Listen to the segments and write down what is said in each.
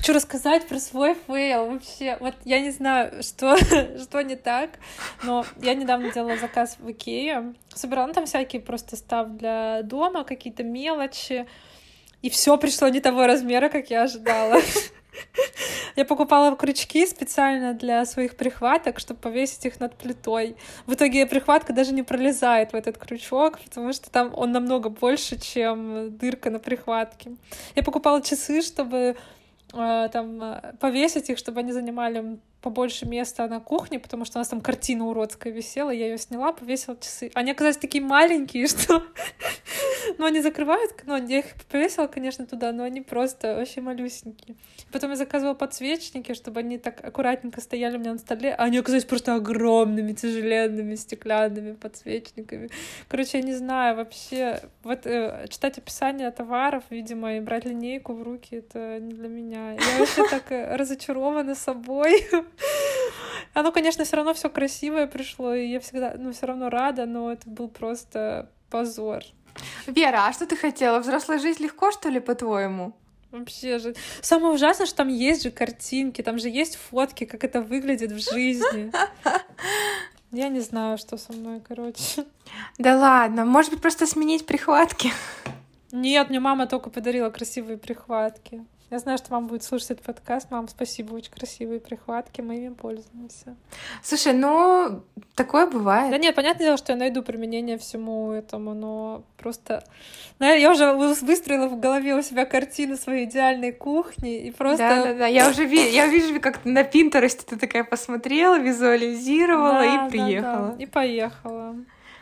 хочу рассказать про свой фейл вообще. Вот я не знаю, что, что не так, но я недавно делала заказ в Икее. Собирала там всякие просто став для дома, какие-то мелочи. И все пришло не того размера, как я ожидала. Я покупала крючки специально для своих прихваток, чтобы повесить их над плитой. В итоге прихватка даже не пролезает в этот крючок, потому что там он намного больше, чем дырка на прихватке. Я покупала часы, чтобы повесить их, чтобы они занимали побольше места на кухне, потому что у нас там картина уродская висела, я ее сняла, повесила часы. Они оказались такие маленькие, что... Ну, они закрывают, ну, я их повесила, конечно, туда, но они просто вообще малюсенькие. Потом я заказывала подсвечники, чтобы они так аккуратненько стояли у меня на столе, а они оказались просто огромными, тяжеленными, стеклянными подсвечниками. Короче, я не знаю, вообще... Вот читать описание товаров, видимо, и брать линейку в руки — это не для меня. Я вообще так разочарована собой. Оно, конечно, все равно все красивое пришло, и я всегда, ну, все равно рада, но это был просто позор. Вера, а что ты хотела? Взрослая жизнь легко, что ли, по-твоему? Вообще же. Самое ужасное, что там есть же картинки, там же есть фотки, как это выглядит в жизни. Я не знаю, что со мной, короче. Да ладно, может быть, просто сменить прихватки? Нет, мне мама только подарила красивые прихватки. Я знаю, что мама будет слушать этот подкаст. Мам, спасибо, очень красивые прихватки, мы ими пользуемся. Слушай, ну, такое бывает. Да нет, понятное дело, что я найду применение всему этому, но просто... Я уже выстроила в голове у себя картину своей идеальной кухни, и просто... Да-да-да, я вижу, как на Пинтересте ты такая посмотрела, визуализировала и приехала. Да, и поехала.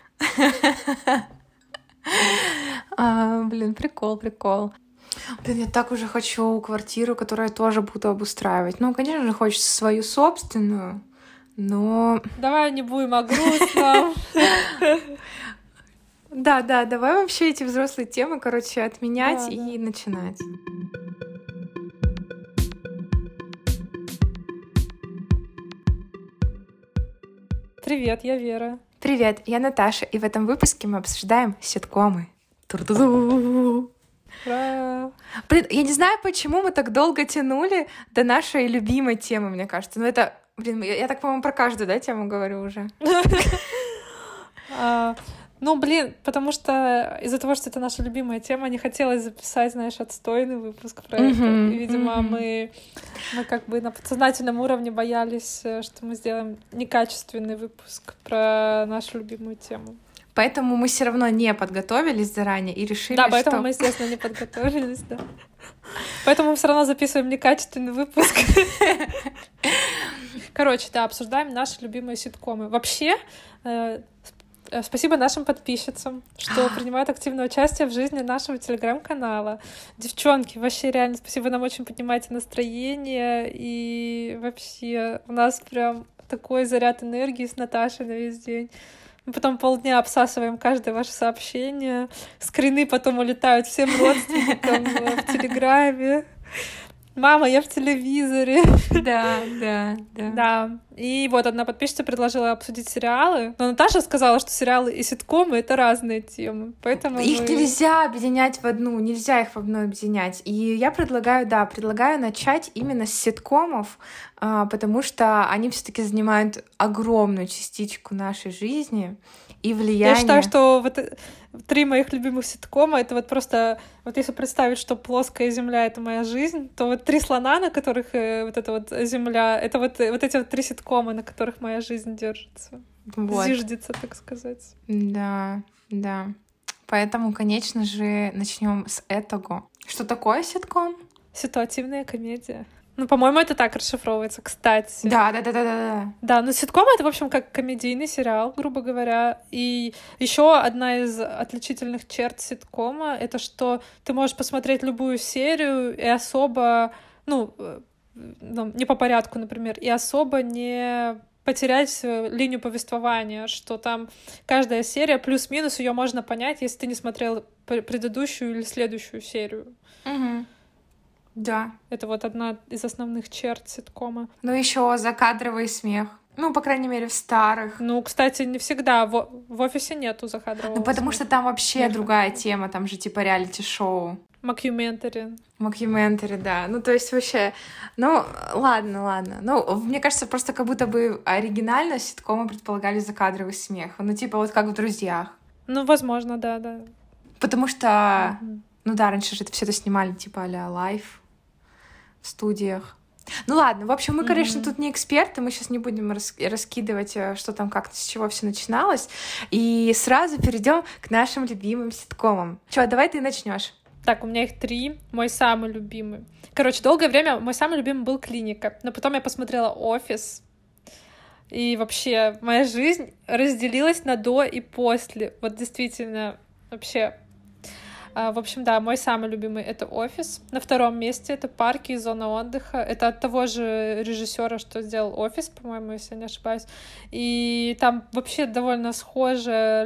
Блин, прикол. Блин, я так уже хочу квартиру, которую я тоже буду обустраивать. Ну, конечно же, хочется свою собственную, но... Давай не будем о грустном. Да, давай вообще эти взрослые темы, короче, отменять и начинать. Привет, я Вера. Привет, я Наташа, и в этом выпуске мы обсуждаем ситкомы. Ура! Блин, я не знаю, почему мы так долго тянули до нашей любимой темы, мне кажется. Но это, блин, я так, по-моему, про каждую, да, тему говорю уже. Ну, блин, потому что из-за того, что это наша любимая тема, не хотелось записать, знаешь, отстойный выпуск про это. И, видимо, мы как бы на подсознательном уровне боялись, что мы сделаем некачественный выпуск про нашу любимую тему. Поэтому мы все равно не подготовились заранее и решили, да, поэтому мы, естественно, не подготовились, да. Поэтому мы все равно записываем некачественный выпуск. Короче, да, обсуждаем наши любимые ситкомы. Вообще, спасибо нашим подписчицам, что принимают активное участие в жизни нашего телеграм-канала. Девчонки, вообще реально спасибо, нам очень поднимаете настроение, и вообще у нас прям такой заряд энергии с Наташей на весь день. Мы потом полдня обсасываем каждое ваше сообщение, скрины потом улетают всем родственникам в Телеграме. Мама, я в телевизоре. Да. И вот одна подписчица предложила обсудить сериалы, но Наташа сказала, что сериалы и ситкомы — это разные темы, поэтому их нельзя объединять в одну, нельзя их в одну объединять. И я предлагаю начать именно с ситкомов, потому что они все-таки занимают огромную частичку нашей жизни и влияние. Я считаю, что вот 3 моих любимых ситкома — это вот просто... Вот если представить, что плоская земля — это моя жизнь, то вот 3 слона, на которых вот эта вот земля, это вот эти вот 3 ситкома, на которых моя жизнь держится. Вот. Зиждется, так сказать. Да. Поэтому, конечно же, начнем с этого. Что такое ситком? Ситуативная комедия. Ну, по-моему, это так расшифровывается, кстати. Да. Да, но ситком — это, в общем, как комедийный сериал, грубо говоря. И еще одна из отличительных черт ситкома — это что ты можешь посмотреть любую серию и особо, не по порядку, например, и особо не потерять линию повествования, что там каждая серия плюс-минус ее можно понять, если ты не смотрел предыдущую или следующую серию. Угу. Да. Это вот одна из основных черт ситкома. Ну, еще закадровый смех. Ну, по крайней мере, в старых. Ну, кстати, не всегда. В офисе нету закадрового Ну, потому смеха. что там вообще другая тема. Там же типа реалити-шоу. Mockumentary. Мокюментари, да. Ну, то есть вообще... Ну, ладно. Ну, мне кажется, просто как будто бы оригинально ситкомы предполагали закадровый смех. Ну, типа вот как в «Друзьях». Ну, возможно, да. Потому что... Ну да, раньше же все это снимали типа а-ля лайв в студиях. Ну ладно, в общем, мы, конечно, тут не эксперты, мы сейчас не будем раскидывать, что там как-то, с чего все начиналось. И сразу перейдем к нашим любимым ситкомам. Чё, давай ты начнешь. Так, у меня их 3. Мой самый любимый. Короче, долгое время мой самый любимый был «Клиника», но потом я посмотрела «Офис», и вообще моя жизнь разделилась на до и после. Вот действительно, вообще... В общем, да, мой самый любимый — это «Офис». На втором месте — это «Парки и зона отдыха». Это от того же режиссера, что сделал «Офис», по-моему, если я не ошибаюсь. И там вообще довольно схожая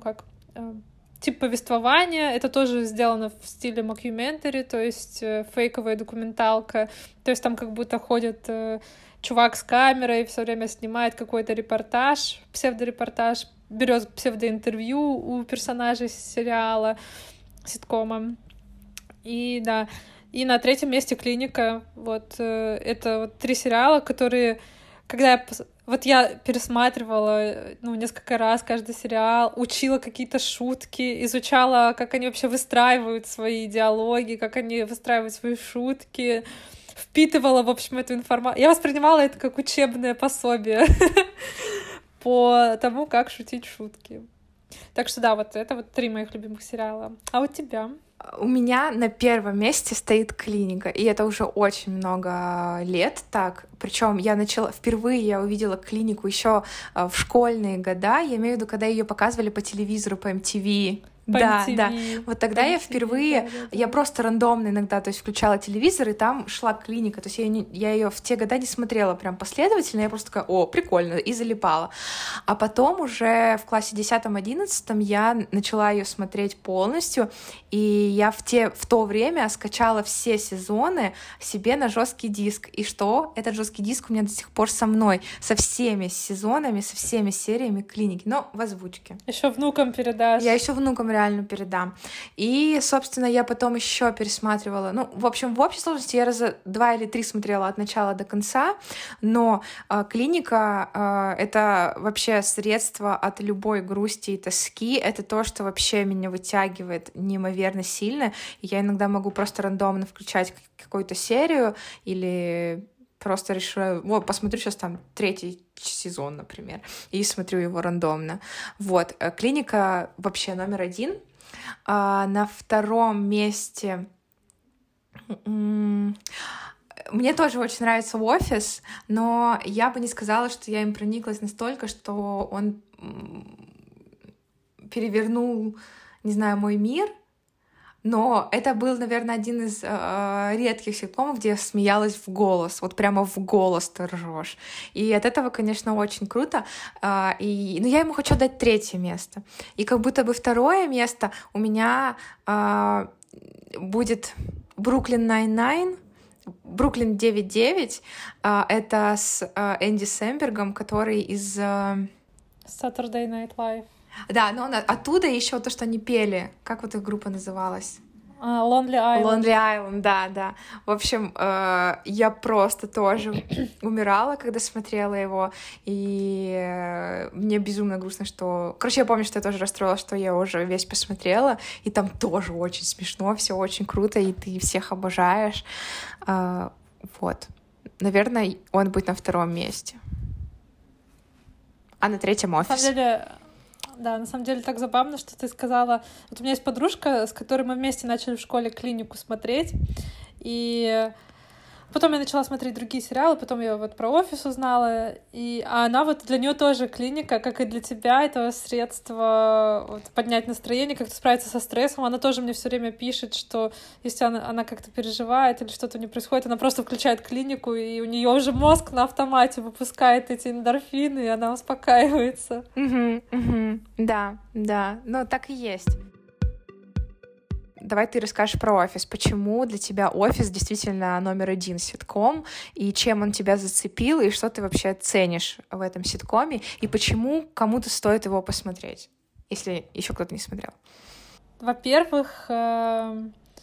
тип повествования. Это тоже сделано в стиле мокюментари, то есть фейковая документалка. То есть там как будто ходит чувак с камерой, все время снимает какой-то репортаж, псевдорепортаж, берет псевдоинтервью у персонажей сериала, ситкома. И да, и на третьем месте «Клиника». Вот это вот 3 сериала, которые, когда я пересматривала, несколько раз каждый сериал, учила какие-то шутки, изучала, как они вообще выстраивают свои диалоги, как они выстраивают свои шутки, впитывала, в общем, эту информацию. Я воспринимала это как учебное пособие по тому, как шутить шутки. Так что да, вот это вот 3 моих любимых сериала. А у тебя? У меня на первом месте стоит «Клиника», и это уже очень много лет так. Причем впервые я увидела «Клинику» еще в школьные года. Я имею в виду, когда ее показывали по телевизору, по MTV. Да. Вот тогда я впервые, я просто рандомно иногда, то есть включала телевизор, и там шла «Клиника». То есть я ее в те года не смотрела прям последовательно, я просто такая: о, прикольно, и залипала. А потом уже в классе 10-11 я начала ее смотреть полностью, и я в то время скачала все сезоны себе на жесткий диск. И что? Этот жесткий диск у меня до сих пор со мной, со всеми сезонами, со всеми сериями «Клиники», но в озвучке. Еще внукам передашь. Я еще внукам реально передам. И, собственно, я потом еще пересматривала. Ну, в общем, в общей сложности я раза 2 или 3 смотрела от начала до конца, но «Клиника» — это вообще средство от любой грусти и тоски. Это то, что вообще меня вытягивает неимоверно сильно. И я иногда могу просто рандомно включать какую-то серию или просто решила, посмотрю сейчас там 3-й сезон, например, и смотрю его рандомно. Вот, «Клиника» вообще номер 1. На втором месте мне тоже очень нравится «Офис», но я бы не сказала, что я им прониклась настолько, что он перевернул, не знаю, мой мир. Но это был, наверное, один из редких ситкомов, где я смеялась в голос. Вот прямо в голос ты ржешь. И от этого, конечно, очень круто. Но я ему хочу дать 3-е место. И как будто бы 2-е место у меня будет «Бруклин Найн-Найн», «Бруклин 9-9». Это с Энди Сэмбергом, который из... Saturday Night Live. Да, но оттуда еще то, что они пели. Как вот их группа называлась? Lonely Island. Lonely Island, да. В общем, я просто тоже умирала, когда смотрела его, и мне безумно грустно, что... Короче, я помню, что я тоже расстроилась, что я уже весь посмотрела, и там тоже очень смешно, все очень круто, и ты всех обожаешь. Вот. Наверное, он будет на 2-м месте. А на 3-м «Офис». На самом деле так забавно, что ты сказала. Вот у меня есть подружка, с которой мы вместе начали в школе «Клинику» смотреть, и потом я начала смотреть другие сериалы, потом я вот про «Офис» узнала, а она вот для нее тоже «Клиника», как и для тебя, это средство вот, поднять настроение, как-то справиться со стрессом. Она тоже мне все время пишет, что если она как-то переживает или что-то не происходит, она просто включает «Клинику», и у нее уже мозг на автомате выпускает эти эндорфины, и она успокаивается. Да, ну так и есть. Давай ты расскажешь про «Офис». Почему для тебя «Офис» действительно номер 1 ситком, и чем он тебя зацепил, и что ты вообще ценишь в этом ситкоме, и почему кому-то стоит его посмотреть, если еще кто-то не смотрел? Во-первых,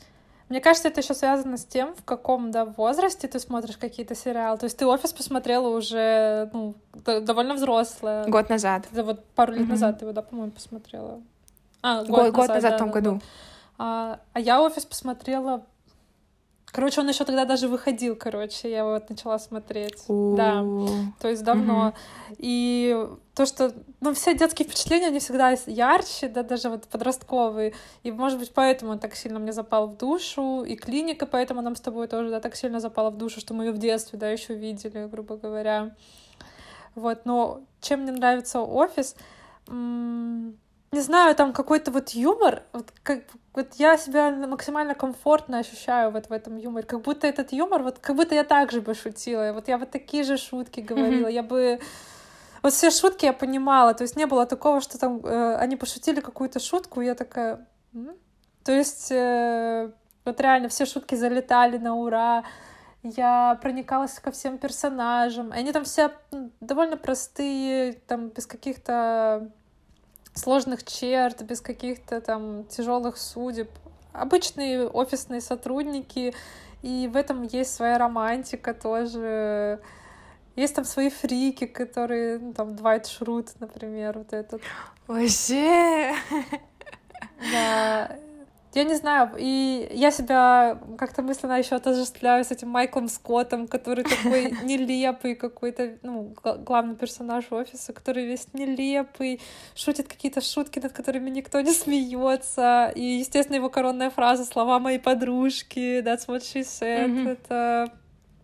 Мне кажется, это еще связано с тем, в каком, да, возрасте ты смотришь какие-то сериалы. То есть ты «Офис» посмотрела уже, ну, довольно взрослая. Год назад. Это вот пару лет назад ты его, да, по-моему, посмотрела. Год назад, да, в том году. А я «Офис» посмотрела... Короче, он еще тогда даже выходил, короче, я вот начала смотреть. Да, то есть давно. И то, что... Ну, все детские впечатления, они всегда ярче, да, даже вот подростковые. И, может быть, поэтому он так сильно мне запал в душу. И «Клиника», поэтому нам с тобой тоже, да, так сильно запала в душу, что мы ее в детстве, да, еще видели, грубо говоря. Вот, но чем мне нравится «Офис»? Не знаю, там какой-то вот юмор, вот я себя максимально комфортно ощущаю вот в этом юморе, как будто этот юмор, вот как будто я так же бы шутила, вот я вот такие же шутки говорила, я бы... Вот все шутки я понимала, то есть не было такого, что там они пошутили какую-то шутку, и я такая... То есть вот реально все шутки залетали на ура, я проникалась ко всем персонажам, они там все довольно простые, там без каких-то сложных черт, без каких-то там тяжелых судеб. Обычные офисные сотрудники, и в этом есть своя романтика тоже. Есть там свои фрики, которые, ну, там, Двайт Шрут, например, вот этот. Вообще! Да. Я не знаю, и я себя как-то мысленно еще отождествляю с этим Майклом Скоттом, который такой нелепый какой-то, ну, главный персонаж «Офиса», который весь нелепый, шутит какие-то шутки, над которыми никто не смеется. И, естественно, его коронная фраза «Слова моей подружки», «That's what she said». Это...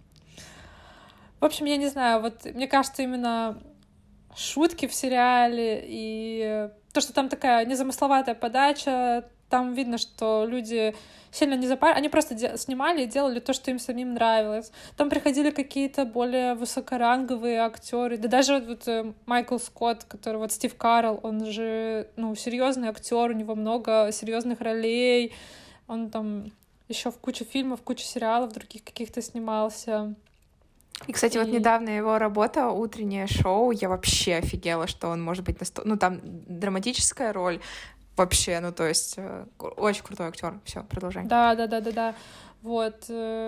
В общем, я не знаю, вот мне кажется, именно шутки в сериале и то, что там такая незамысловатая подача, там видно, что люди сильно не запарились, они просто снимали и делали то, что им самим нравилось. Там приходили какие-то более высокоранговые актеры, да даже вот Майкл Скотт, который вот Стив Карелл, он же, ну, серьезный актер, у него много серьезных ролей, он там еще в куче фильмов, в куче сериалов других каких-то снимался. И, кстати, вот недавно его работа «Утреннее шоу», я вообще офигела, что он может быть ну, там драматическая роль, вообще, ну, то есть, очень крутой актер. Все, продолжай. Да. Вот.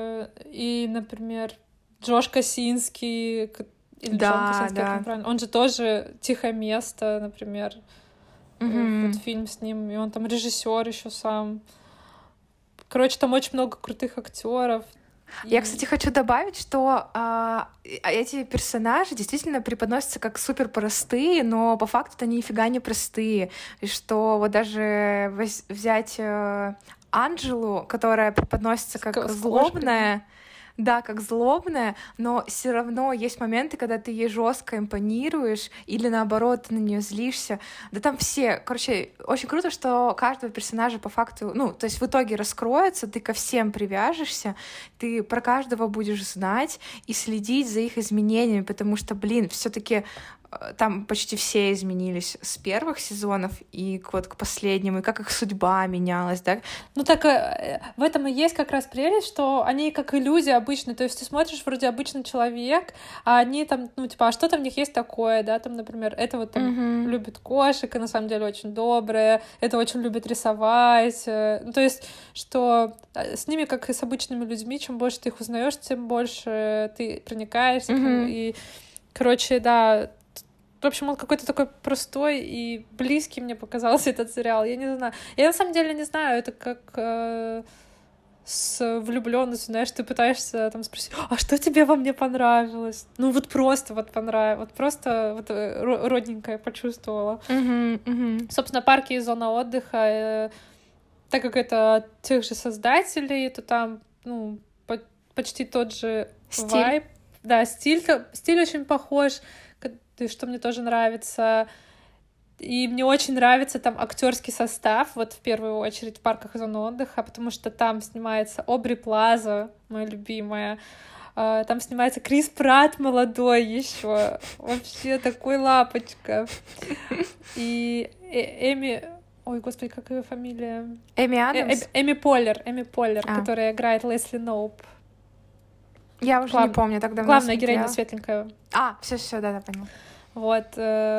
И, например, Джош Косинский, или Джон Косинский, как он правильно, он же тоже «Тихое место», например. Вот фильм с ним, и он там режиссер еще сам. Короче, там очень много крутых актеров. Я, кстати, хочу добавить, что эти персонажи действительно преподносятся как супер простые, но по факту они нифига не простые. И что вот даже взять Анджелу, которая преподносится как злобная, да, как злобная, но все равно есть моменты, когда ты ей жестко импонируешь или наоборот на нее злишься. Да там все, короче, очень круто, что каждого персонажа по факту, ну, то есть в итоге раскроется, ты ко всем привяжешься, ты про каждого будешь знать и следить за их изменениями, потому что, блин, все-таки там почти все изменились с первых сезонов и вот к последнему, и как их судьба менялась, да? Ну так в этом и есть как раз прелесть, что они как и люди обычные, то есть ты смотришь вроде обычный человек, а они там, ну типа, а что-то в них есть такое, да, там, например, это вот там любит кошек, и на самом деле очень доброе, это очень любит рисовать, ну то есть, что с ними, как и с обычными людьми, чем больше ты их узнаешь, тем больше ты проникаешься, и, короче, да. В общем, он какой-то такой простой и близкий мне показался этот сериал. Я не знаю. Я на самом деле не знаю, это как с влюбленностью, знаешь, ты пытаешься там спросить, а что тебе во мне понравилось? Ну вот просто вот понравилось, вот просто вот родненькое почувствовала. Собственно, парки и зона отдыха, так как это от тех же создателей, то там, ну, почти тот же вайб. Да, стиль очень похож, что мне тоже нравится. И мне очень нравится там актерский состав, вот в первую очередь в парках и зоне отдыха, потому что там снимается Обри Плаза, моя любимая. Там снимается Крис Пратт молодой еще, вообще такой лапочка. И Эми... Ой, господи, как ее фамилия? Эми Адамс? Эми Поллер, которая играет Лесли Ноуп. Я уже не помню, так давно главная героиня светленькая. Все, да, поняла. Вот.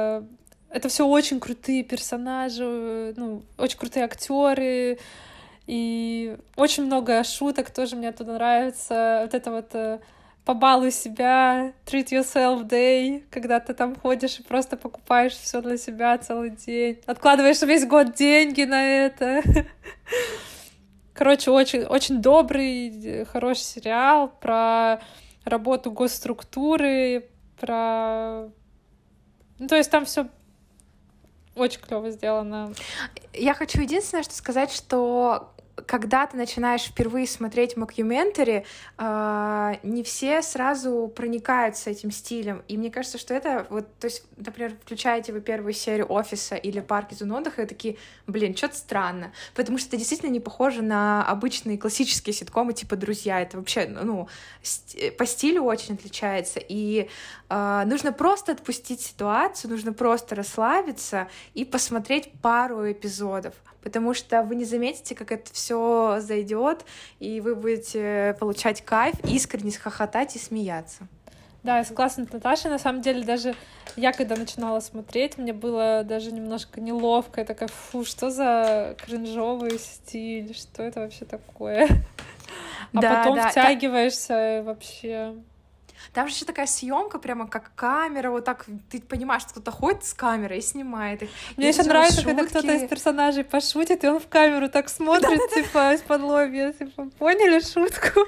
Это все очень крутые персонажи, ну, очень крутые актеры. И очень много шуток тоже мне туда нравится. Вот это вот побалуй себя, treat yourself day, когда ты там ходишь и просто покупаешь все для себя целый день, откладываешь весь год деньги на это. Короче, очень, очень добрый, хороший сериал про работу госструктуры, про... Ну, то есть там все очень клево сделано. Я хочу единственное, что сказать, что когда ты начинаешь впервые смотреть мокюментари, не все сразу проникаются этим стилем. И мне кажется, что это вот, то есть, например, включаете вы первую серию «Офиса» или «Парк и зону отдыха», и такие, блин, что-то странно. Потому что это действительно не похоже на обычные классические ситкомы типа «Друзья». Это вообще, ну, по стилю очень отличается. И нужно просто отпустить ситуацию, нужно просто расслабиться и посмотреть пару эпизодов. Потому что вы не заметите, как это все зайдет, и вы будете получать кайф, искренне хохотать и смеяться. Да, я согласна с Наташей. На самом деле, даже я, когда начинала смотреть, мне было даже немножко неловко. Я такая, фу, что за кринжовый стиль, что это вообще такое? А потом втягиваешься вообще... Там же еще такая съемка, прямо как камера, вот так ты понимаешь, что кто-то ходит с камерой и снимает их. Мне еще нравится, когда кто-то из персонажей пошутит, и он в камеру так смотрит, типа, из-под лобья, типа, поняли шутку?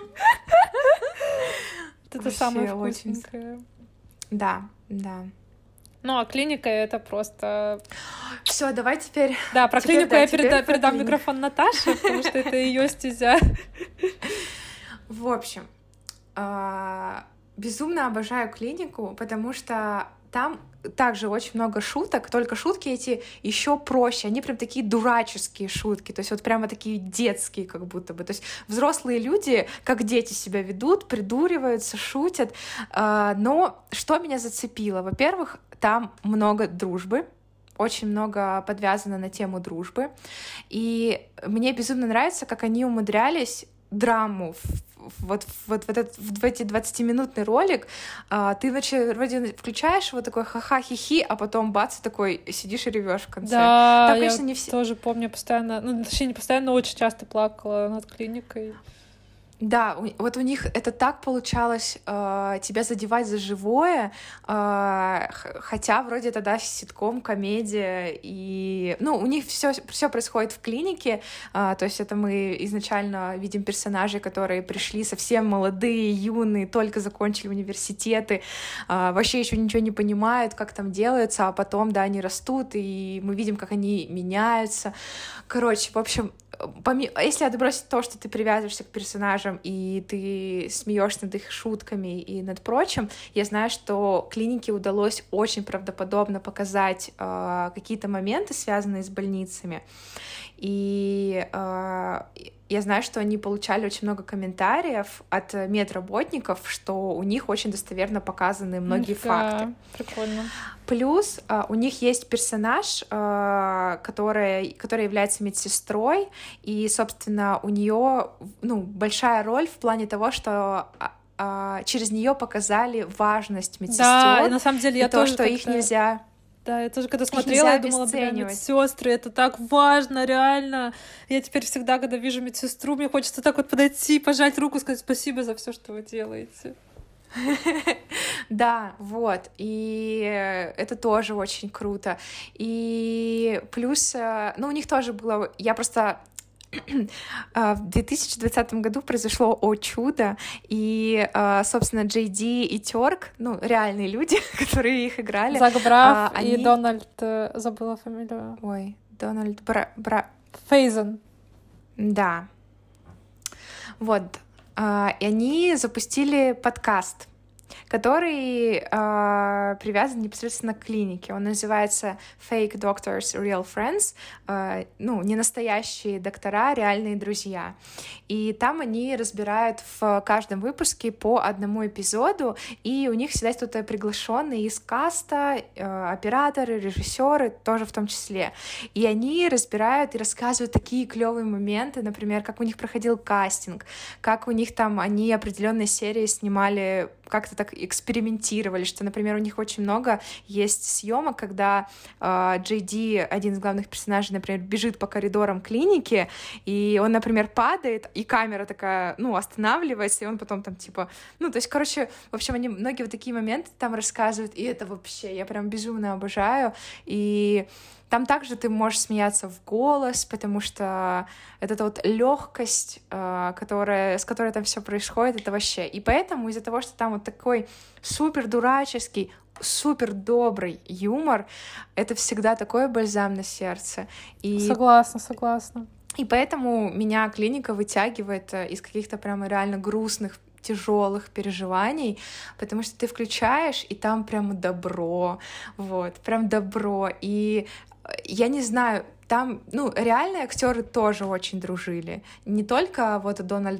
Это самое вкусненькое. Да. Ну, а клиника — это просто... Все, давай теперь... Да, про клинику я передам микрофон Наташе, потому что это ее стезя. В общем... Безумно обожаю клинику, потому что там также очень много шуток, только шутки эти еще проще, они прям такие дураческие шутки, то есть вот прямо такие детские как будто бы, то есть взрослые люди, как дети себя ведут, придуриваются, шутят, но что меня зацепило? Во-первых, там много дружбы, очень много подвязано на тему дружбы, и мне безумно нравится, как они умудрялись драму в эти 20-минутный ролик, ты вроде включаешь его такой ха-ха-хи-хи, а потом бац, такой сидишь и ревешь в конце. Да, там, конечно, я тоже помню постоянно, ну, точнее, не постоянно, но очень часто плакала над клиникой. Да, вот у них это так получалось тебя задевать за живое, хотя вроде это, да, ситком, комедия, и, ну, у них все происходит в клинике, то есть это мы изначально видим персонажей, которые пришли совсем молодые, юные, только закончили университеты, вообще еще ничего не понимают, как там делается, а потом, да, они растут, и мы видим, как они меняются. Короче, в общем, если отбросить то, что ты привязываешься к персонажам и ты смеешься над их шутками и над прочим, я знаю, что клинике удалось очень правдоподобно показать какие-то моменты, связанные с больницами. И я знаю, что они получали очень много комментариев от медработников, что у них очень достоверно показаны многие факты. Прикольно. Плюс у них есть персонаж, которая является медсестрой, и, собственно, у нее, ну, большая роль в плане того, что через нее показали важность медсестер. Да, и на самом деле я тоже то, что их нельзя... Да, я тоже когда смотрела, я думала, блин, медсестры, это так важно, реально. Я теперь всегда, когда вижу медсестру, мне хочется так вот подойти, пожать руку, сказать спасибо за все, что вы делаете. Да, вот, и это тоже очень круто. И плюс, ну, у них тоже было... Я просто... В 2020 году произошло «О чудо», и, собственно, Джей Ди и Тёрк, ну, реальные люди, которые их играли. Зак Брафф и Дональд... Забыла фамилию. Ой, Дональд Фейзен. Да. Вот. И они запустили подкаст, который привязан непосредственно к клинике. Он называется Fake Doctors, Real Friends. Ну, не настоящие доктора, реальные друзья. И там они разбирают в каждом выпуске по одному эпизоду, и у них всегда есть кто-то приглашенный из каста, операторы, режиссеры тоже в том числе. И они разбирают и рассказывают такие клевые моменты, например, как у них проходил кастинг, как у них там они определенные серии снимали как-то так экспериментировали, что, например, у них очень много есть съемок, когда Джей Ди, один из главных персонажей, например, бежит по коридорам клиники, и он, например, падает, и камера такая, ну, останавливается, и он потом там, типа, ну, то есть, короче, в общем, они многие вот такие моменты там рассказывают, и это вообще, я прям безумно обожаю, и там также ты можешь смеяться в голос, потому что это вот легкость, с которой там все происходит, это вообще. И поэтому из-за того, что там вот такой супер дураческий, супер добрый юмор, это всегда такой бальзам на сердце. И... Согласна. И поэтому меня клиника вытягивает из каких-то прямо реально грустных, тяжелых переживаний, потому что ты включаешь, и там прям добро, вот, прям добро. И я не знаю, там, ну, реальные актеры тоже очень дружили. Не только вот Дональд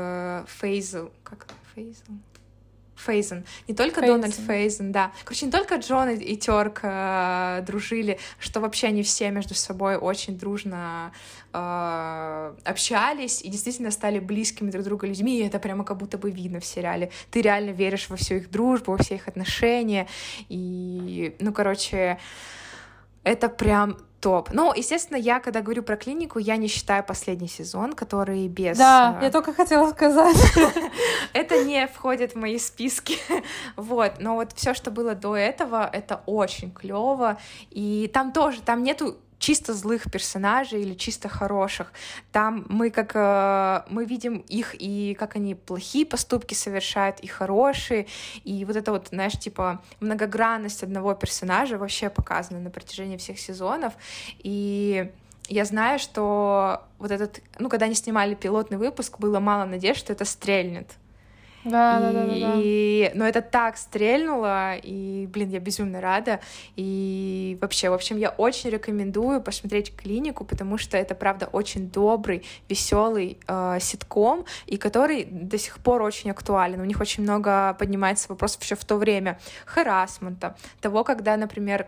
Фейзен. Не только Дональд Фейзен, да. Короче, не только Джон и Тёрк дружили, что вообще они все между собой очень дружно общались и действительно стали близкими друг другу людьми, и это прямо как будто бы видно в сериале. Ты реально веришь во всю их дружбу, во все их отношения, и, ну, короче, это прям топ. Ну, естественно, я, когда говорю про клинику, я не считаю последний сезон, который без... Да, я только хотела сказать. Это не входит в мои списки. Вот, но вот все, что было до этого, это очень клево. И там тоже, там нету чисто злых персонажей или чисто хороших. Там мы видим их и как они плохие поступки совершают, и хорошие, и вот это вот, знаешь, типа многогранность одного персонажа вообще показана на протяжении всех сезонов. И я знаю, что вот этот, ну, когда они снимали пилотный выпуск, было мало надежд, что это стрельнет. Да. Но это так стрельнуло, и, блин, я безумно рада. И вообще, в общем, я очень рекомендую посмотреть «Клинику», потому что это, правда, очень добрый, веселый ситком, и который до сих пор очень актуален. У них очень много поднимается вопросов еще в то время харассмента, того, когда, например,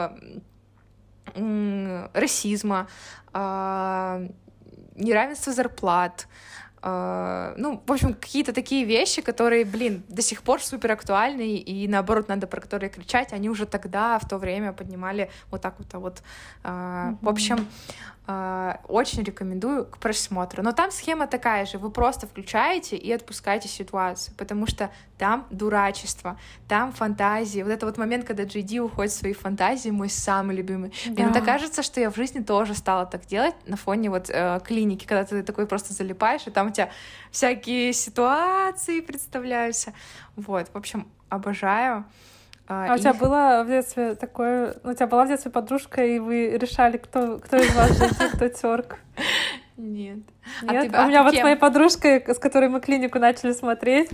расизма, неравенства зарплат, ну, в общем, какие-то такие вещи, которые, блин, до сих пор супер актуальны, и наоборот, надо про которые кричать, они уже тогда, в то время поднимали вот так вот. В общем, очень рекомендую к просмотру. Но там схема такая же, вы просто включаете и отпускаете ситуацию, потому что там дурачество, там фантазии. Вот это вот момент, когда Джей Ди уходит в свои фантазии, мой самый любимый. Да. Мне иногда кажется, что я в жизни тоже стала так делать на фоне вот клиники, когда ты такой просто залипаешь, и там у тебя всякие ситуации представляются. Вот, в общем, обожаю. У тебя было в детстве такое... У тебя была в детстве подружка, и вы решали, кто из вас Джей Ди, кто Тёрк? Нет. У меня вот с моей подружкой, с которой мы клинику начали смотреть,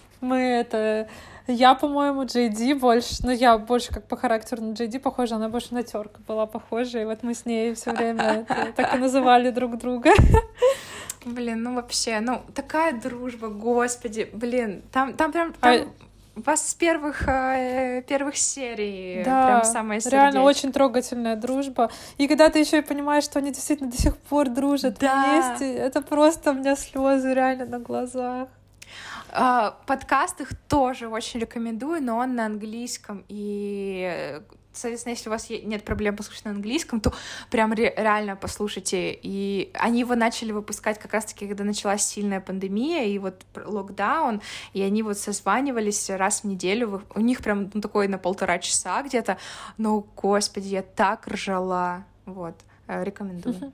я, по-моему, Джей Ди больше... Ну, я больше как по характеру на Джей Ди похожа, она больше на Тёрка была похожа, и вот мы с ней все время так и называли друг друга. Блин, ну вообще, ну такая дружба, господи, блин, там прям... У вас с первых серий прям самая сердечная. Реально очень трогательная дружба. И когда ты еще и понимаешь, что они действительно до сих пор дружат вместе, это просто у меня слезы реально на глазах. Подкаст их тоже очень рекомендую, но он на английском, и, соответственно, если у вас нет проблем послушать на английском, то прям реально послушайте. И они его начали выпускать как раз-таки, когда началась сильная пандемия и вот локдаун, и они вот созванивались раз в неделю. У них прям такой на 1,5 часа где-то. Но, господи, я так ржала. Вот, рекомендую.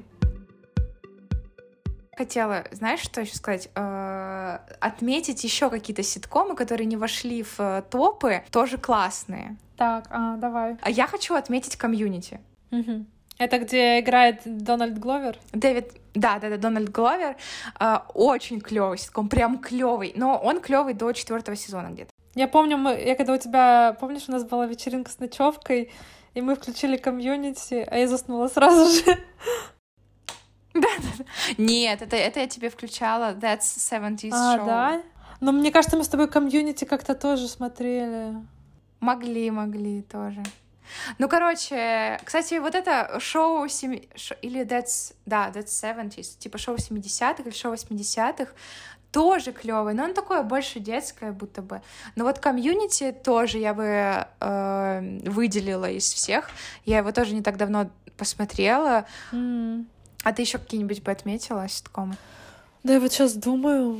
Хотела, знаешь, что еще сказать? Отметить еще какие-то ситкомы, которые не вошли в топы, тоже классные. Так, давай. А я хочу отметить «Комьюнити». Угу. Это где играет Дональд Гловер? Да, Дональд Гловер. Очень клевый ситком, прям клевый. Но он клевый до 4 сезона где-то. Я помню, я когда у тебя, помнишь, у нас была вечеринка с ночевкой, и мы включили «Комьюнити», а я заснула сразу же. Да. Нет, это я тебе включала That's 70's Show. Да? Но мне кажется, мы с тобой «Комьюнити» как-то тоже смотрели. Могли тоже. Ну, короче, кстати, вот это шоу или That's 70's, типа шоу 70-х или шоу 80-х, тоже клевый, но он такое больше детское, будто бы. Но вот «Комьюнити» тоже я бы выделила из всех. Я его тоже не так давно посмотрела. А ты еще какие-нибудь бы отметила ситкомы? Да, я вот сейчас думаю.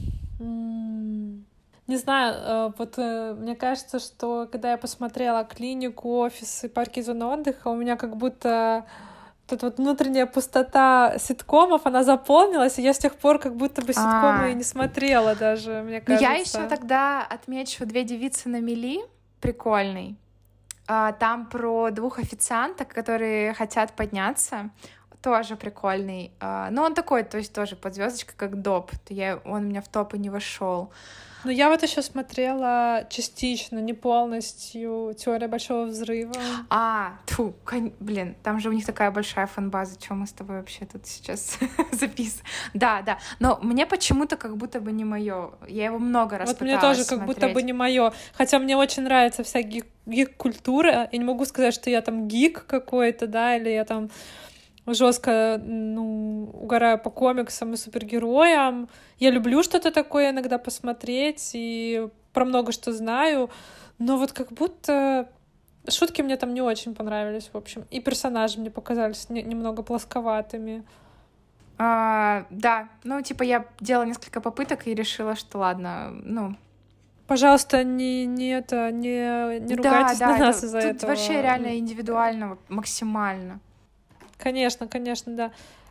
Не знаю, вот мне кажется, что когда я посмотрела «Клинику», «Офис» и «Парки и зоны отдыха», у меня как будто вот эта вот внутренняя пустота ситкомов, она заполнилась, и я с тех пор как будто бы ситкомы и не смотрела даже, мне кажется. Я еще тогда отмечу «Две девицы на мели», прикольный. Там про двух официанток, которые хотят подняться, тоже прикольный. Но он такой, то есть тоже под звездочкой, как доп. Он у меня в топы не вошел. Ну, я вот еще смотрела частично, не полностью, «Теория большого взрыва». Блин, там же у них такая большая фан-база, что мы с тобой вообще тут сейчас записываем. Да, но мне почему-то как будто бы не мое. Я его много раз пыталась мне тоже смотреть. как будто бы не мое. Хотя мне очень нравится вся гик-культура. Я не могу сказать, что я там гик какой-то, да, или я там жестко, угораю по комиксам и супергероям. Я люблю что-то такое иногда посмотреть, и про много что знаю, но вот как будто шутки мне там не очень понравились, в общем, и персонажи мне показались немного плосковатыми. Да, я делала несколько попыток и решила, что ладно, Пожалуйста, не ругайтесь на нас из-за этого. Тут вообще реально индивидуально, максимально. Конечно, да.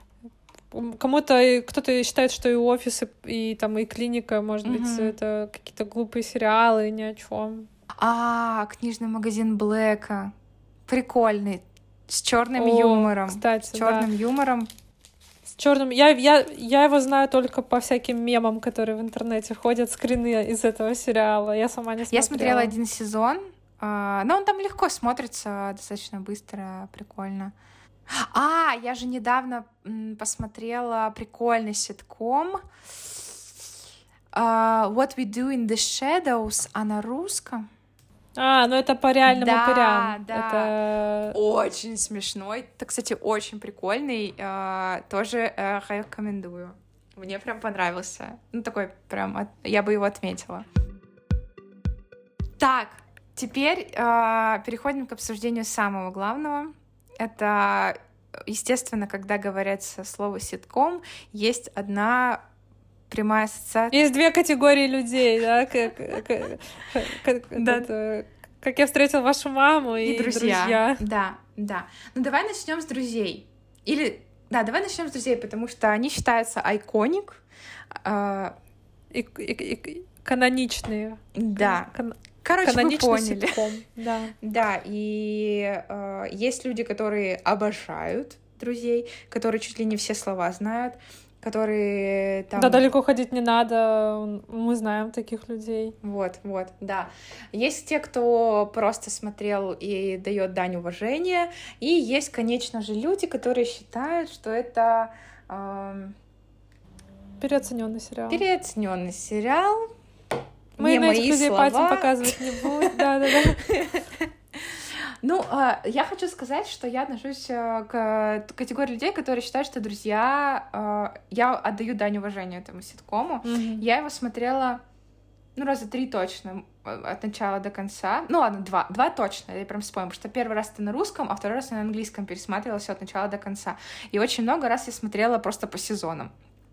Кто-то считает, что и «Офис», и там и «Клиника», может быть, это какие-то глупые сериалы, ни о чем. Книжный магазин Блэка. Прикольный. С черным юмором. Кстати, с черным юмором. С черным. Я его знаю только по всяким мемам, которые в интернете ходят, скрины из этого сериала. Я сама не смотрела. Я смотрела 1 сезон, но он там легко смотрится, достаточно быстро, прикольно. Я же недавно посмотрела прикольный ситком What We Do in the Shadows, на русском. Это по реальным упырям. Да. Это очень смешной. Это, кстати, очень прикольный. Тоже рекомендую. Мне прям понравился. Такой прям, я бы его отметила. Так, теперь переходим к обсуждению самого главного. Это, естественно, когда говорится слово «ситком», есть одна прямая ассоциация. Есть 2 категории людей, да? Как я встретил вашу маму и друзья. Да. Давай начнем с друзей. Давай начнем с друзей, потому что они считаются айконик. И каноничные. Да. Вы поняли. Ситком. Да, и есть люди, которые обожают друзей, которые чуть ли не все слова знают, которые там... Да, далеко ходить не надо, мы знаем таких людей. Вот, да. Есть те, кто просто смотрел и дает дань уважения, и есть, конечно же, люди, которые считают, что это... Переоцененный сериал. Переоцененный сериал. Мы на этих людей пальцем показывать не будем. Да. Я хочу сказать, что я отношусь к категории людей, которые считают, что друзья... Я отдаю дань уважения этому ситкому. Я его смотрела, раза 3 точно, от начала до конца. Ладно, 2 точно, я прям вспомню, потому что первый раз это на русском, а второй раз на английском пересматривала всё от начала до конца. И очень много раз я смотрела просто по сезонам.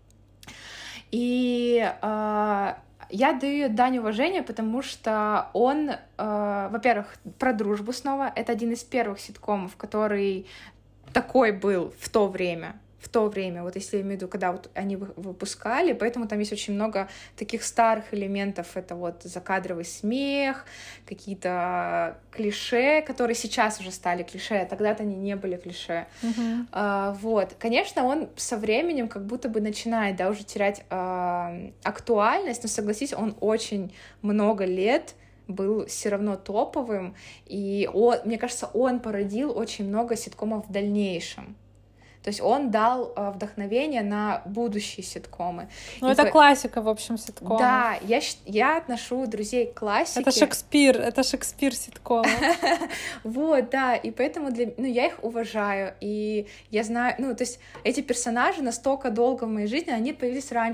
И... Я даю дань уважения, потому что он, во-первых, про дружбу снова. Это один из первых ситкомов, который такой был в то время, вот если я имею в виду, когда вот они выпускали, поэтому там есть очень много таких старых элементов, это вот закадровый смех, какие-то клише, которые сейчас уже стали клише, а тогда-то они не были клише. Вот, конечно, он со временем как будто бы начинает, уже терять актуальность, но согласись, он очень много лет был все равно топовым, и мне кажется, он породил очень много ситкомов в дальнейшем. То есть он дал вдохновение на будущие ситкомы. Это классика, в общем, ситкома. Да, я отношу друзей к классике. Это Шекспир ситкома. Вот, да, и поэтому я их уважаю, и я знаю, то есть эти персонажи настолько долго в моей жизни, они появились раньше,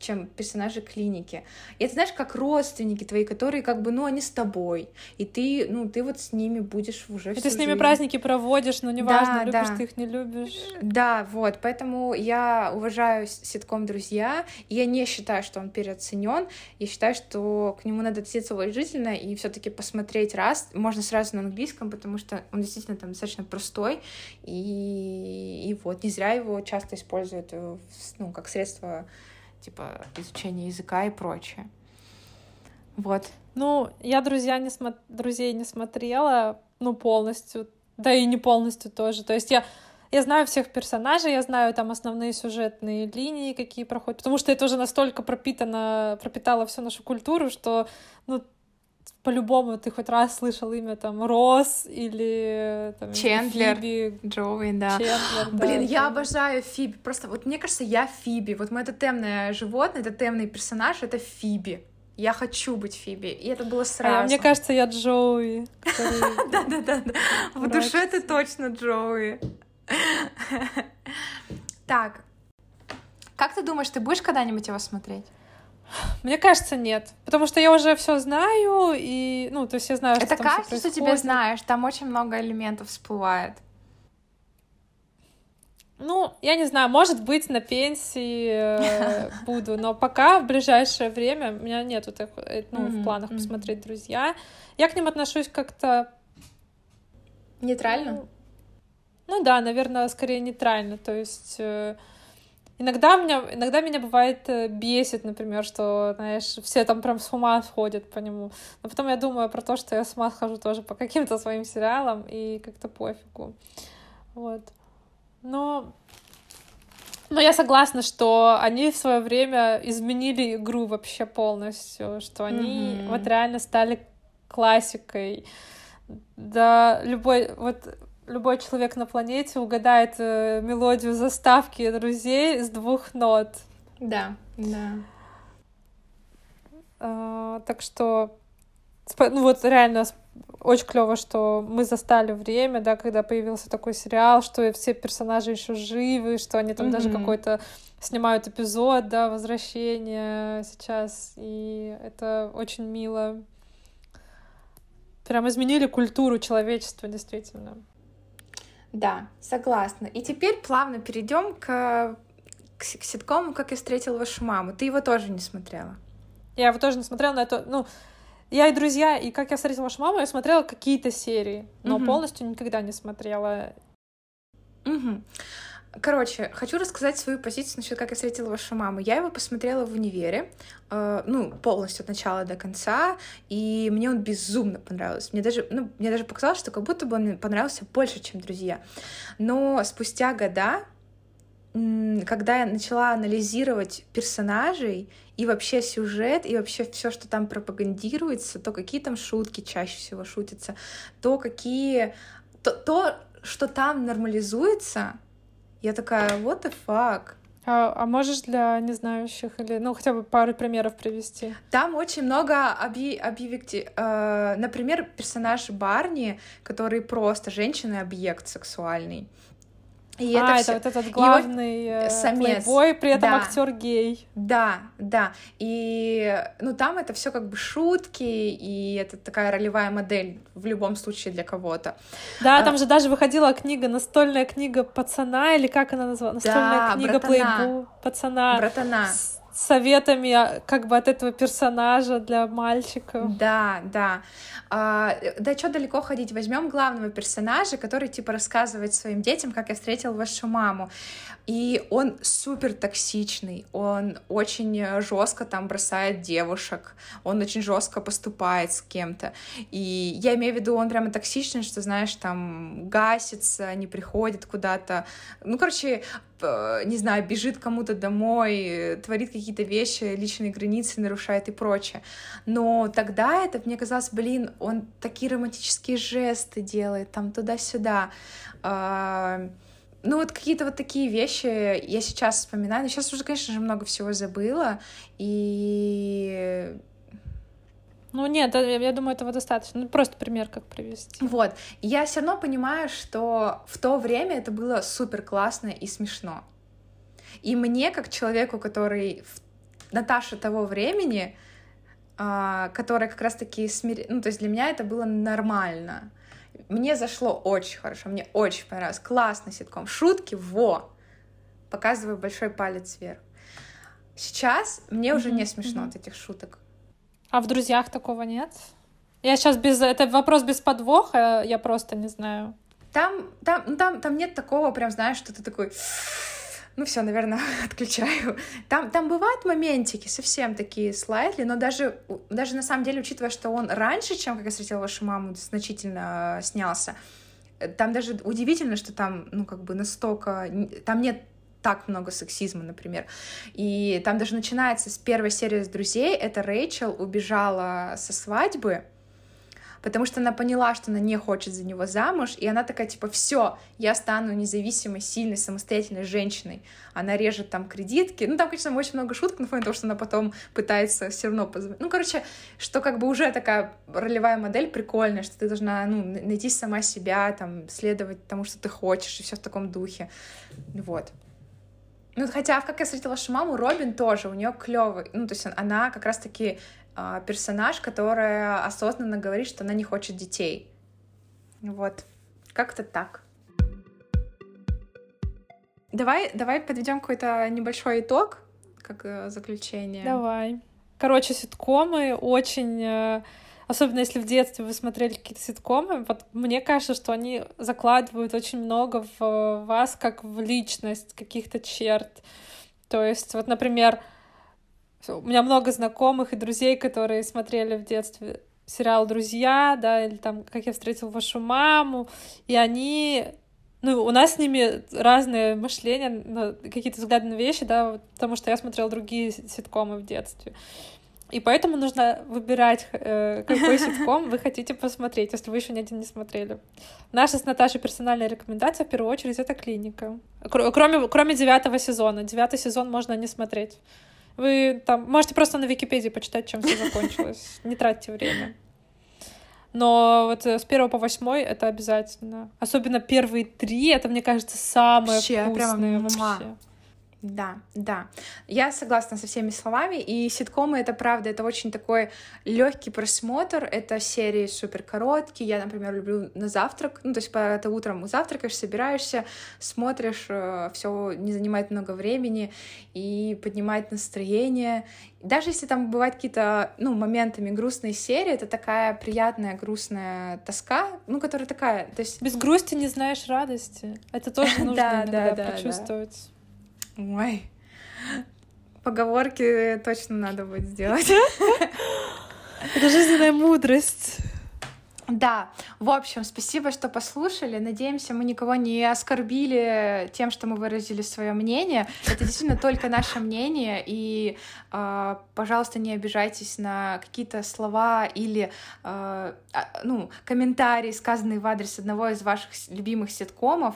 чем персонажи клиники. И это, знаешь, как родственники твои, которые как бы, ну, они с тобой, и ты, ну, ты вот с ними будешь уже всю И ты с ними жизнь. праздники проводишь, но неважно, Да, любишь да. ты их, не любишь. Да, вот, поэтому я уважаю ситком «Друзья», и я не считаю, что он переоценен. Я считаю, что к нему надо относиться уважительно и все-таки посмотреть раз. Можно сразу на английском, потому что он действительно там достаточно простой, и вот, не зря его часто используют, ну, как средство типа изучения языка и прочее. Вот. Ну, я друзей не смотрела, ну, полностью, да и не полностью тоже. То есть я знаю всех персонажей, я знаю там основные сюжетные линии, какие проходят, потому что это уже настолько пропитало всю нашу культуру, что, ну, по-любому ты хоть раз слышал имя там Росс или там, Чендлер, Фиби, Джоуи, да. Чендлер, да. Блин, я обожаю Фиби. Просто вот мне кажется, я Фиби. Вот мое тотемное животное, тотемный персонаж — это Фиби. Я хочу быть Фиби. И это было сразу. Мне кажется, я Джоуи. Да-да-да. В душе ты точно Джоуи. Так. Как ты думаешь, ты будешь когда-нибудь его смотреть? Мне кажется, нет. Потому что я уже все знаю, и, ну, то есть я знаю, что это там всё кажется, что происходит. тебе знаешь, там очень много элементов всплывает. Ну, я не знаю, может быть, на пенсии буду, но пока в ближайшее время у меня нету в планах посмотреть «Друзья». Я к ним отношусь как-то... Нейтрально? Ну да, наверное, скорее нейтрально. То есть иногда меня бывает бесит, например, что, знаешь, все там прям с ума сходят по нему. Но потом я думаю про то, что я с ума схожу тоже по каким-то своим сериалам, и как-то пофигу. Вот. Но я согласна, что они в свое время изменили игру вообще полностью, что они вот реально стали классикой. Да, любой человек на планете угадает мелодию заставки «Друзей» с 2 нот. Да, да. Так что, ну вот реально очень клево, что мы застали время, да, когда появился такой сериал, что все персонажи еще живы, что они там даже какой-то снимают эпизод, да, возвращения сейчас, и это очень мило. Прям изменили культуру человечества, действительно. Да, согласна. И теперь плавно перейдем к ситкому «Как я встретил вашу маму». Ты его тоже не смотрела? Я его тоже не смотрела, но это, ну, я и «Друзья», и «Как я встретила вашу маму» я смотрела какие-то серии, но полностью никогда не смотрела. Короче, хочу рассказать свою позицию насчет «Как я встретила вашу маму». Я его посмотрела в универе, полностью от начала до конца, и мне он безумно понравился. Мне даже показалось, что как будто бы он мне понравился больше, чем «Друзья». Но спустя года, когда я начала анализировать персонажей и вообще сюжет, и вообще все, что там пропагандируется, то какие там шутки чаще всего шутятся, то, что там нормализуется, я такая, what the fuck? А можешь для незнающих или, ну, хотя бы пару примеров привести? Там очень много например, персонаж Барни, который просто женщина-объект сексуальный. И это вот этот главный плейбой, при этом актер гей. Да. И там это все как бы шутки, и это такая ролевая модель в любом случае для кого-то. Да, там же даже выходила книга, настольная книга пацана, или как она называлась? Настольная книга плейбой пацана. Братана. С советами как бы от этого персонажа для мальчиков. Да. Да, что далеко ходить? Возьмем главного персонажа, который типа рассказывает своим детям, как я встретил вашу маму. И он супер токсичный, он очень жестко там бросает девушек, он очень жестко поступает с кем-то. И я имею в виду, он прямо токсичный, что, знаешь, там гасится, не приходит куда-то. Не знаю, бежит кому-то домой, творит какие-то вещи, личные границы нарушает и прочее. Но тогда это, мне казалось, он такие романтические жесты делает, там туда-сюда. Вот какие-то вот такие вещи я сейчас вспоминаю. Но сейчас уже, конечно же, много всего забыла. И... Нет, я думаю, этого достаточно. Просто пример, как привести. Вот. Я все равно понимаю, что в то время это было супер классно и смешно. И мне, как человеку, который Наташа того времени, которая как раз-таки ну, то есть для меня это было нормально. Мне зашло очень хорошо, мне очень понравилось. Классный ситком. Шутки, показываю большой палец вверх. Сейчас мне уже не смешно от этих шуток. А в «Друзьях» такого нет? Я сейчас это вопрос без подвоха, я просто не знаю. Там нет такого, прям, знаешь, что ты такой... Ну все, наверное, отключаю. Там бывают моментики совсем такие слайтли, но даже на самом деле, учитывая, что он раньше, чем «Как я встретила вашу маму», значительно снялся, там даже удивительно, что там, ну, как бы настолько... Там нет так много сексизма, например. И там даже начинается с первой серии с «Друзей». Это Рэйчел убежала со свадьбы, потому что она поняла, что она не хочет за него замуж, и она такая, типа, все, я стану независимой, сильной, самостоятельной женщиной. Она режет там кредитки. Ну, там, конечно, очень много шуток на фоне того, что она потом пытается все равно позвонить. Ну, короче, что как бы уже такая ролевая модель прикольная, что ты должна, ну, найти сама себя, там, следовать тому, что ты хочешь, и все в таком духе. Вот. Ну, хотя в «Как я встретила вашу маму» Робин тоже, у нее клевый, ну, то есть она как раз-таки персонаж, которая осознанно говорит, что она не хочет детей. Вот. Как-то так. Давай подведем какой-то небольшой итог, как заключение. Давай. Короче, ситкомы очень... Особенно если в детстве вы смотрели какие-то ситкомы, вот мне кажется, что они закладывают очень много в вас, как в личность, каких-то черт. То есть, вот, например, у меня много знакомых и друзей, которые смотрели в детстве сериал «Друзья», да, или там «Как я встретил вашу маму», и они... Ну, у нас с ними разное мышление, какие-то взгляды на вещи, да, потому что я смотрела другие ситкомы в детстве. И поэтому нужно выбирать, какой ситком вы хотите посмотреть, если вы еще ни один не смотрели. Наша с Наташей персональная рекомендация, в первую очередь, это «Клиника». Кроме 9-го сезона. 9-й сезон можно не смотреть. Вы там можете просто на Википедии почитать, чем все закончилось. Не тратьте время. Но вот с 1 по 8 это обязательно. Особенно первые 3, это, мне кажется, самое вкусное вообще. Да. Я согласна со всеми словами, и ситкомы — это правда, это очень такой легкий просмотр, это серии супер короткие, я, например, люблю на завтрак, ну, то есть ты утром завтракаешь, собираешься, смотришь, все не занимает много времени и поднимает настроение. Даже если там бывают какие-то, ну, моментами грустные серии, это такая приятная грустная тоска, ну, которая такая, то есть... Без грусти не знаешь радости, это тоже нужно иногда почувствовать. Ой, поговорки точно надо будет сделать. Это жизненная мудрость. Да, в общем, спасибо, что послушали. Надеемся, мы никого не оскорбили тем, что мы выразили свое мнение. Это действительно только наше мнение, и, пожалуйста, не обижайтесь на какие-то слова или, ну, комментарии, сказанные в адрес одного из ваших любимых ситкомов.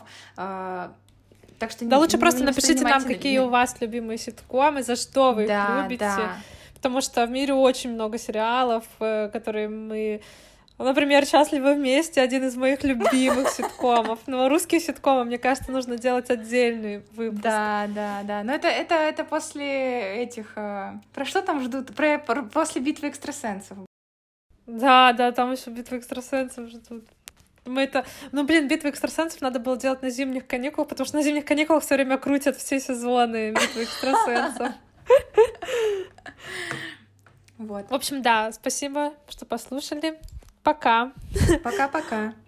Так что да, лучше просто напишите нам, какие у вас любимые ситкомы, за что вы их любите. Да. Потому что в мире очень много сериалов, которые мы... Например, «Счастливы вместе» — один из моих любимых ситкомов. Но русские ситкомы, мне кажется, нужно делать отдельный выпуск. Да. Но это после этих... Про что там ждут? После «Битвы экстрасенсов». Да, там еще «Битвы экстрасенсов» ждут. «Битвы экстрасенсов» надо было делать на зимних каникулах, потому что на зимних каникулах все время крутят все сезоны «Битвы экстрасенсов». Вот. В общем, да, спасибо, что послушали. Пока. Пока-пока.